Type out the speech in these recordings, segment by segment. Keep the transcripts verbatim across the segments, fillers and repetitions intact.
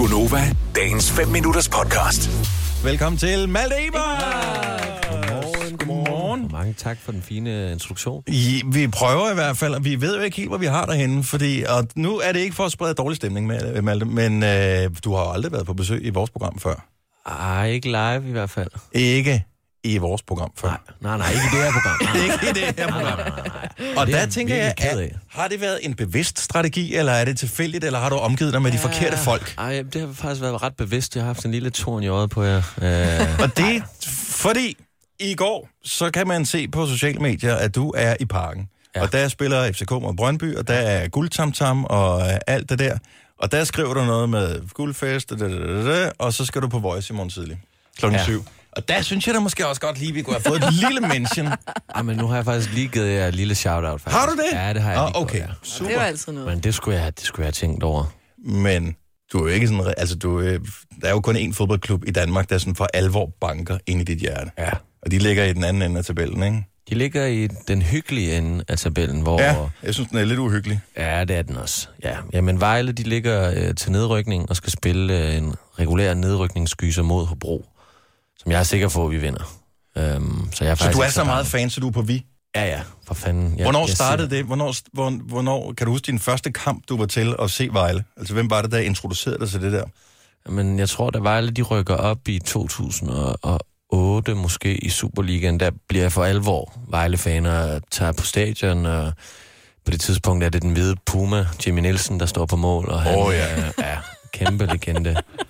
Gunova, dagens fem minutters podcast. Velkommen til Malte Eber! Godmorgen, godmorgen. Mange tak for den fine introduktion. I, vi prøver i hvert fald, og vi ved jo ikke helt, hvor vi har derhenne, fordi, og nu er det ikke for at sprede dårlig stemning med, Malte, men øh, du har jo aldrig været på besøg i vores program før. Ej, ikke live i hvert fald. Ikke i vores program før. Nej, nej, nej ikke i det her program. Nej. Ikke i det her program. Nej, nej, nej, nej. Og det der tænker jeg, at, har det været en bevidst strategi, eller er det tilfældigt, eller har du omgivet dig med de ja, forkerte folk? Ej, det har faktisk været ret bevidst. Jeg har haft en lille torn i øjet på jer. Øh. Og det, fordi i går, så kan man se på sociale medier, at du er i parken. Ja. Og der spiller F C K mod Brøndby, og der er guldtamtam og alt det der. Og der skriver du noget med guldfest, og, da, da, da, og så skal du på Voice i morgen tidlig. Klokken Ja. syv. Og der synes jeg da måske også godt lige, vi kunne have fået et lille mention. Ej, men nu har jeg faktisk lige givet jer et lille shout-out. Faktisk. Har du det? Ja, det har jeg ah, lige okay. gjort, ja. Super. Det var altid noget. Men det skulle jeg have, det skulle jeg have tænkt over. Men du er jo ikke sådan... Altså, du, der er jo kun én fodboldklub i Danmark, der sådan for alvor banker ind i dit hjerte. Ja. Og de ligger i den anden ende af tabellen, ikke? De ligger i den hyggelige ende af tabellen, hvor... Ja, jeg synes, den er lidt uhyggelig. Ja, det er den også. Ja, jamen Vejle, de ligger øh, til nedrykning og skal spille øh, en regulær nedrykningsskyser mod Hobro, som jeg er sikker på, at vi vinder. Øhm, så jeg er Så faktisk du er ikke så meget bange. fan, så du er på vi? Ja, ja, for fanden. Jeg, Hvornår jeg startede siger, det? Hvornår, hvor, hvornår, kan du huske din første kamp, du var til at se Vejle? Altså, hvem var det, der introducerede dig til det der? Men jeg tror, da Vejle, de rykker op i to tusind og otte, måske i Superligaen, der bliver jeg for alvor Vejle-faner, tager på stadion, og på det tidspunkt er det den hvide Puma, Jimmy Nielsen, der står på mål, og han Åh, ja. er, er kæmpe legende.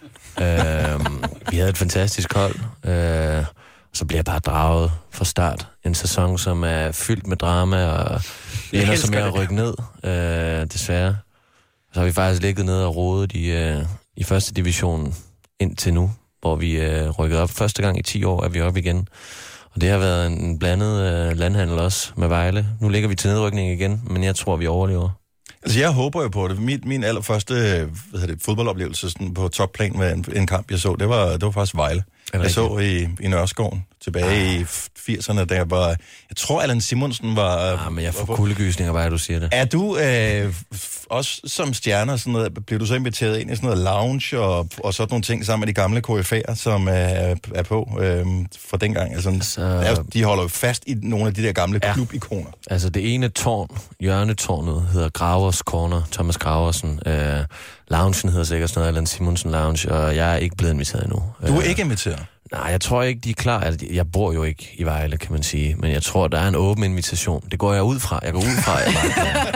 øhm, vi havde et fantastisk hold, øh, så bliver jeg bare draget fra start. En sæson, som er fyldt med drama, og vi ender som med at rykke ned, øh, desværre. Så har vi faktisk ligget ned og rodet i, øh, i første division indtil nu, hvor vi øh, rykkede op. Første gang i ti år er vi oppe igen. Og det har været en blandet øh, landhandel også med Vejle. Nu ligger vi til nedrykning igen, men jeg tror, vi overlever. Altså, jeg håber jo på det. Min, min allerførste hvad hedder det, fodboldoplevelse sådan på topplan med en, en kamp, jeg så, det var, det var faktisk Vejle. Jeg så i, i Nørreskoven tilbage ah. i firserne, der var... Jeg tror, Allan Simonsen var... Ah, men jeg får kuldegysninger, bare du siger det. Er du øh, også som stjerner, sådan noget, bliver du så inviteret ind i sådan noget lounge og, og sådan nogle ting sammen med de gamle K F A'er, som er, er på øh, fra dengang? Altså, Så... er, de holder jo fast i nogle af de der gamle ja. klubikoner. Altså det ene tårn, hjørnetårnet, hedder Gravers Corner, Thomas Graversen. Øh, loungen hedder sikkert sådan noget, Allan Simonsen Lounge, og jeg er ikke blevet inviteret endnu. Du er øh, ikke inviteret? Nej, jeg tror ikke, de er klar. Altså, jeg bor jo ikke i Vejle, kan man sige. Men jeg tror, der er en åben invitation. Det går jeg ud fra. Jeg går ud fra, jeg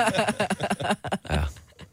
bare ja.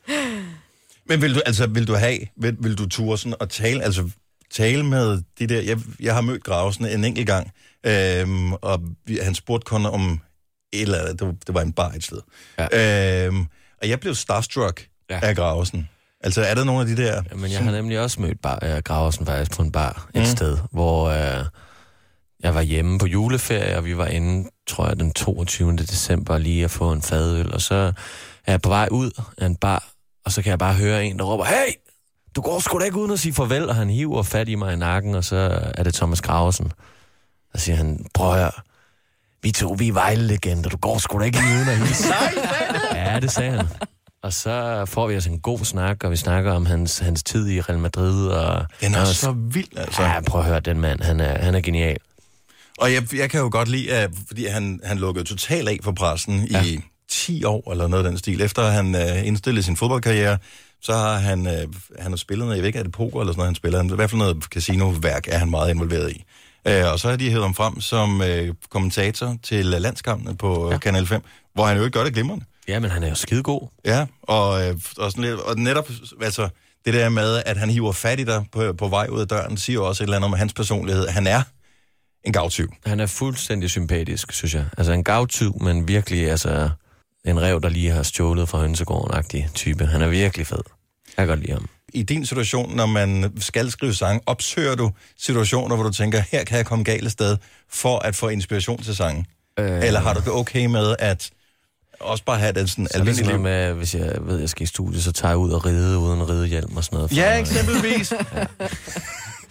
Men vil du, altså, vil du have, vil, vil du ture sådan og tale, altså tale med de der, jeg, jeg har mødt Gravesen en enkelt gang, øhm, og vi, han spurgte kun om et eller andet, det var, det var en bar et sted. Ja. Øhm, og jeg blev starstruck ja. af Gravesen. Altså, er der nogle af de der... Men jeg har nemlig også mødt bar, uh, Graversen faktisk på en bar et mm. sted, hvor uh, jeg var hjemme på juleferie, og vi var inde, tror jeg, den toogtyvende december lige at få en fadøl, og så er jeg på vej ud af en bar, og så kan jeg bare høre en, der råber, hey, du går sgu da ikke uden at sige farvel, og han hiver fat i mig i nakken, og så er det Thomas Graversen. Så siger han, prøv at høre, vi to, vi er Vejle-legender, du går sgu da ikke uden at hilse. Ja, det sagde han. Og så får vi altså en god snak, og vi snakker om hans, hans tid i Real Madrid. Og, den er og, så vild, altså. Ja, prøv at høre, den mand, han er, han er genial. Og jeg, jeg kan jo godt lide, at, fordi han, han lukkede totalt af for pressen ja. i ti år, eller noget af den stil. Efter han uh, indstillede sin fodboldkarriere, så har han, uh, han har spillet noget, jeg ved ikke, er det poker eller sådan noget, han spiller. I hvert fald noget casinoværk er han meget involveret i. Uh, og så har de hævet ham frem som uh, kommentator til landskampene på ja. Kanal fem, hvor han jo ikke gør det glimrende. Ja, men han er jo skidegod. Ja, og, øh, og, sådan lidt, og netop, altså, det der med, at han hiver fat i dig på, på vej ud af døren, siger jo også et eller andet om hans personlighed. Han er en gavtyv. Han er fuldstændig sympatisk, synes jeg. Altså en gavtyv, men virkelig altså en ræv, der lige har stjålet fra hønsegården-agtig type. Han er virkelig fed. Jeg kan godt lide ham. I din situation, når man skal skrive sange, opsøger du situationer, hvor du tænker, her kan jeg komme galt af sted, for at få inspiration til sangen? Øh... Eller har du det okay med, at også bare have den sådan så almindelige liv? Med, hvis jeg ved, jeg skal i studie, så tager jeg ud og ride uden ridehjelm og sådan noget. Ja, eksempelvis.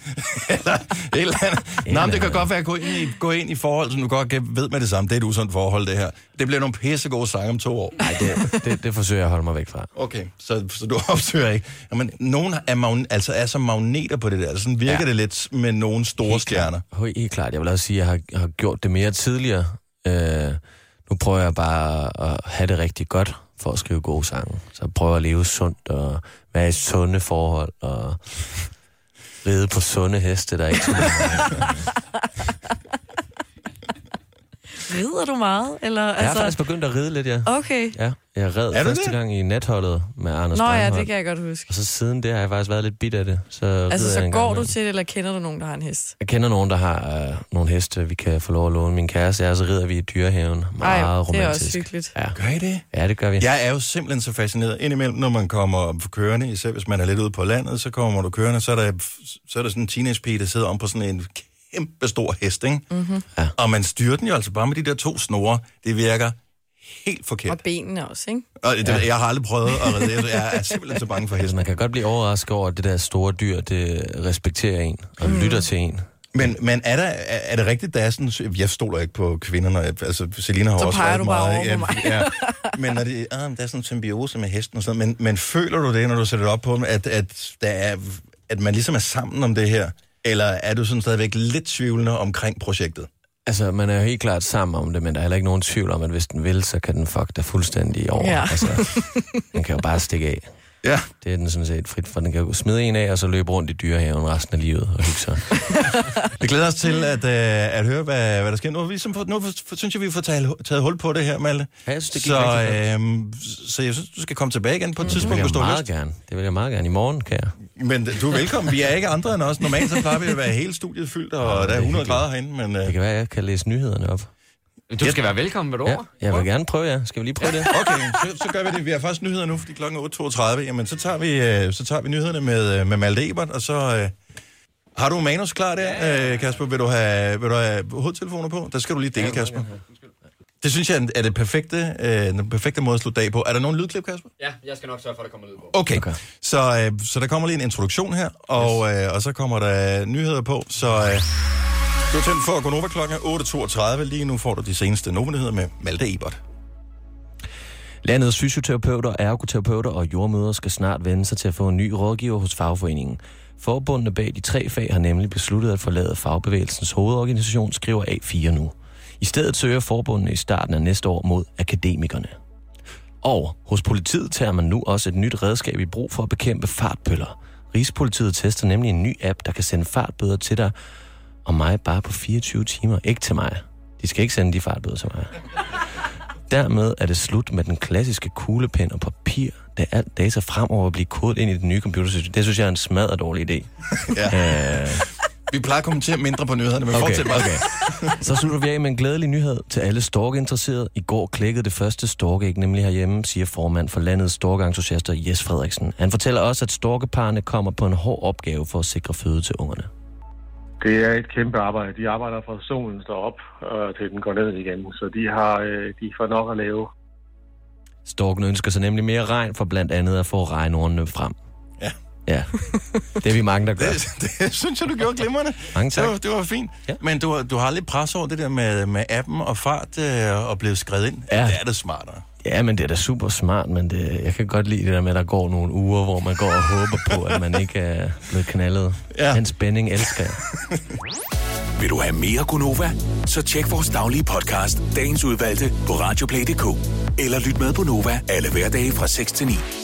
eller et eller andet. Nå, men det kan godt være at gå ind i, gå ind i forhold, som du godt ved med det samme. Det er et usundt forhold, det her. Det bliver nogle pissegode sange om to år. Nej, det, det, det forsøger jeg at holde mig væk fra. Okay, så, så du opsøger ikke. Jamen, nogen er, magne, altså er som magneter på det der. Sådan virker ja. det lidt med nogle store helt stjerner. Klart. Helt klart. Jeg vil også sige, at jeg har, har gjort det mere tidligere. Øh, nu prøver jeg bare at have det rigtig godt for at skrive gode sange. Så jeg prøver at leve sundt og være i sunde forhold og ride på sunde heste, der er ikke så meget. Rider du meget? Eller, jeg altså... har faktisk begyndt at ride lidt, ja. Okay. Ja, jeg red første det? gang i natholdet med Anders Nå Brandholt. ja, det kan jeg godt huske. Og så siden det har jeg faktisk været lidt bit af det. Så altså, så går du til det, eller kender du nogen, der har en hest? Jeg kender nogen, der har øh, nogle heste, vi kan få lov at låne. Min kæreste er, så rider vi i Dyrehaven. Meget Ej, romantisk. det er også hyggeligt. Ja. Gør I det? Ja, det gør vi. Jeg er jo simpelthen så fascineret. Indimellem, når man kommer for kørende, især hvis man er lidt ude på landet, så kommer du kørende, så er der, så er der sådan en teenagepige, der sidder om på sådan en kæmpe stor hest, ikke? Mm-hmm. Ja. Og man styrer den jo altså bare med de der to snore. Det virker helt forkert. Og benene også, ikke? Og det, ja. Jeg har aldrig prøvet at ride. Jeg er simpelthen så bange for hesten. Man kan godt blive overrasket over, at det der store dyr, det respekterer en og mm. lytter til en. Men, men er, der, er, er det rigtigt, der er sådan... Jeg stoler ikke på kvinderne. Altså, Selina har så også peger du bare meget, over ja, på mig. Ja. Men når det, ah, der er sådan en symbiose med hesten og sådan noget. Men, men føler du det, når du sætter det op på dem, at, at, der er, at man ligesom er sammen om det her? Eller er du sådan stadigvæk lidt tvivlende omkring projektet? Altså, man er jo helt klart sammen om det, men der er heller ikke nogen tvivl om, at hvis den vil, så kan den fuck dig fuldstændig over. Ja. Altså, den kan jo bare stikke af. Ja. Det er den sådan set frit for. Den kan jo smide en af, og så løbe rundt i Dyrehaven resten af livet og hygge sig. Vi glæder os til at, uh, at høre, hvad, hvad der sker. Nu, har vi ligesom fået, nu synes jeg, vi får taget, taget hul på det her, Malte. Ja, jeg synes, det så, øh, så jeg synes, du skal komme tilbage igen på et mm. tidspunkt. Det vil jeg meget lyst. gerne. Det vil jeg meget gerne. I morgen, kan jeg. Men du er velkommen. Vi er ikke andre end os. Normalt så plejer vi at være hele studiet fyldt, og ja, der er hundrede grader herinde. Men, uh... Det kan være, at jeg kan læse nyhederne op. Du skal være velkommen, vil du over? Ja, jeg vil gerne prøve, ja. Skal vi lige prøve det? Okay, så, så gør vi det. Vi har faktisk nyheder nu, fordi klokken er otte toogtredive. Jamen, så tager vi, så tager vi nyhederne med, med Malte Ebert, og så... Øh, har du manus klar der, ja, ja. Kasper? Vil du have, vil du have hovedtelefoner på? Der skal du lige dele, Kasper. Det synes jeg er det perfekte, øh, den perfekte måde at slutte dag på. Er der nogen lydklip, Kasper? Ja, jeg skal nok sørge for, at der kommer lyd på. Okay, okay. Så, øh, så der kommer lige en introduktion her, og, øh, og så kommer der nyheder på, så... Øh, Du er tændt for Gonova klokken otte toogtredive. Lige nu får du de seneste Nova-nyheder med Malte Ebert. Landets fysioterapeuter, ergoterapeuter og jordmøder skal snart vende sig til at få en ny rådgiver hos fagforeningen. Forbundene bag de tre fag har nemlig besluttet at forlade fagbevægelsens hovedorganisation, skriver A fire nu. I stedet søger forbundene i starten af næste år mod akademikerne. Og hos politiet tager man nu også et nyt redskab i brug for at bekæmpe fartbøller. Rigspolitiet tester nemlig en ny app, der kan sende fartbøder til dig og mig bare på fireogtyve timer. Ikke til mig. De skal ikke sende de fartbøder til mig. Dermed er det slut med den klassiske kuglepen og papir, da alt data fremover bliver kodet ind i det nye computersystem. Det synes jeg er en smadret dårlig idé. Ja. Æh... Vi plejer at kommentere mindre på nyhederne, men okay, fortsæt bare. Okay. Så slutter vi af med en glædelig nyhed til alle storkeinteresserede. I går klækkede det første storkeæg nemlig herhjemme, siger formand for landets storkeentusiaster Jes Frederiksen. Han fortæller også, at storkeparrene kommer på en hård opgave for at sikre føde til ungerne. Det er et kæmpe arbejde. De arbejder fra solen står op, øh, til den går ned igen. Så de har øh, de får nok at lave. Storken ønsker sig nemlig mere regn, for blandt andet at få regnordene frem. Ja. Ja, det er vi mange, der gør. Det, det synes jeg, du gjorde glimrende. Mange tak. Det var, det var fint. Ja. Men du, du har lidt pres over det der med, med appen og fart øh, og blevet skrevet ind. Ja. Det er det smartere. Ja, men det er da super smart, men det, jeg kan godt lide det der med, at der går nogle uger, hvor man går og håber på, at man ikke er blevet knaldet. Ja. Den spænding elsker jeg. Vil du have mere Gonova? Så tjek vores daglige podcast, dagens udvalgte, på radioplay punktum d k. Eller lyt med på Nova alle hverdage fra seks til ni.